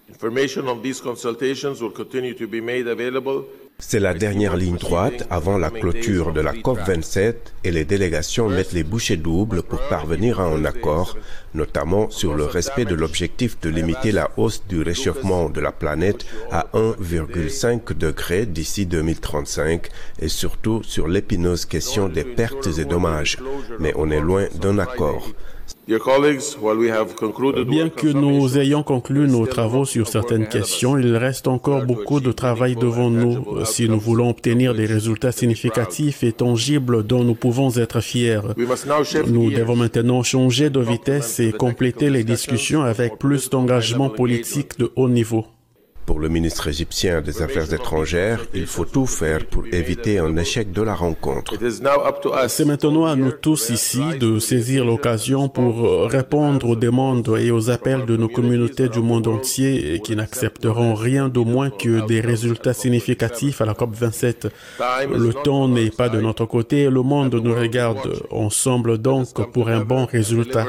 C'est la dernière ligne droite avant la clôture de la COP27 et les délégations mettent les bouchées doubles pour parvenir à un accord, notamment sur le respect de l'objectif de limiter la hausse du réchauffement de la planète à 1,5 degré d'ici 2035 et surtout sur l'épineuse question des pertes et dommages. Mais on est loin d'un accord. Bien que nous ayons conclu nos travaux sur certaines questions, il reste encore beaucoup de travail devant nous si nous voulons obtenir des résultats significatifs et tangibles dont nous pouvons être fiers. Nous devons maintenant changer de vitesse et compléter les discussions avec plus d'engagement politique de haut niveau. Pour le ministre égyptien des Affaires étrangères, il faut tout faire pour éviter un échec de la rencontre. C'est maintenant à nous tous ici de saisir l'occasion pour répondre aux demandes et aux appels de nos communautés du monde entier qui n'accepteront rien de moins que des résultats significatifs à la COP27. Le temps n'est pas de notre côté et le monde nous regarde. Ensemble donc pour un bon résultat.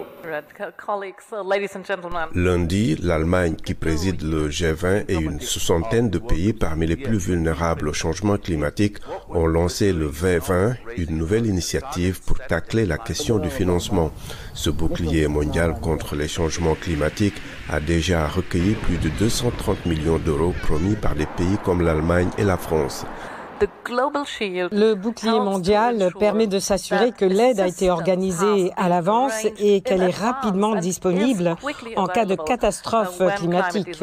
Lundi, l'Allemagne qui préside le G20 et une soixantaine de pays parmi les plus vulnérables au changement climatique ont lancé le V20, une nouvelle initiative pour tacler la question du financement. Ce bouclier mondial contre les changements climatiques a déjà recueilli plus de 230 millions d'euros promis par des pays comme l'Allemagne et la France. Le bouclier mondial permet de s'assurer que l'aide a été organisée à l'avance et qu'elle est rapidement disponible en cas de catastrophe climatique.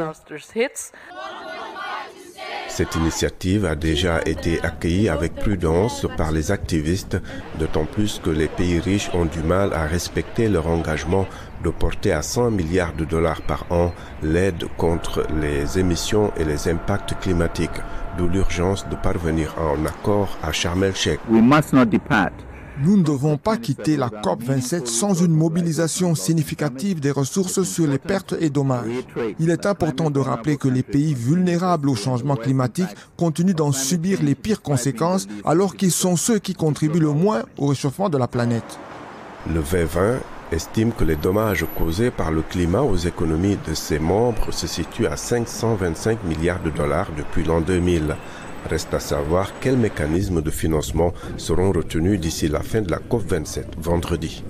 Cette initiative a déjà été accueillie avec prudence par les activistes, d'autant plus que les pays riches ont du mal à respecter leur engagement de porter à 100 milliards de dollars par an l'aide contre les émissions et les impacts climatiques, d'où l'urgence de parvenir à un accord à Sharm el-Sheikh. Nous ne devons pas quitter la COP27 sans une mobilisation significative des ressources sur les pertes et dommages. Il est important de rappeler que les pays vulnérables au changement climatique continuent d'en subir les pires conséquences alors qu'ils sont ceux qui contribuent le moins au réchauffement de la planète. Le V20 estime que les dommages causés par le climat aux économies de ses membres se situent à 525 milliards de dollars depuis l'an 2000. Reste à savoir quels mécanismes de financement seront retenus d'ici la fin de la COP27, vendredi.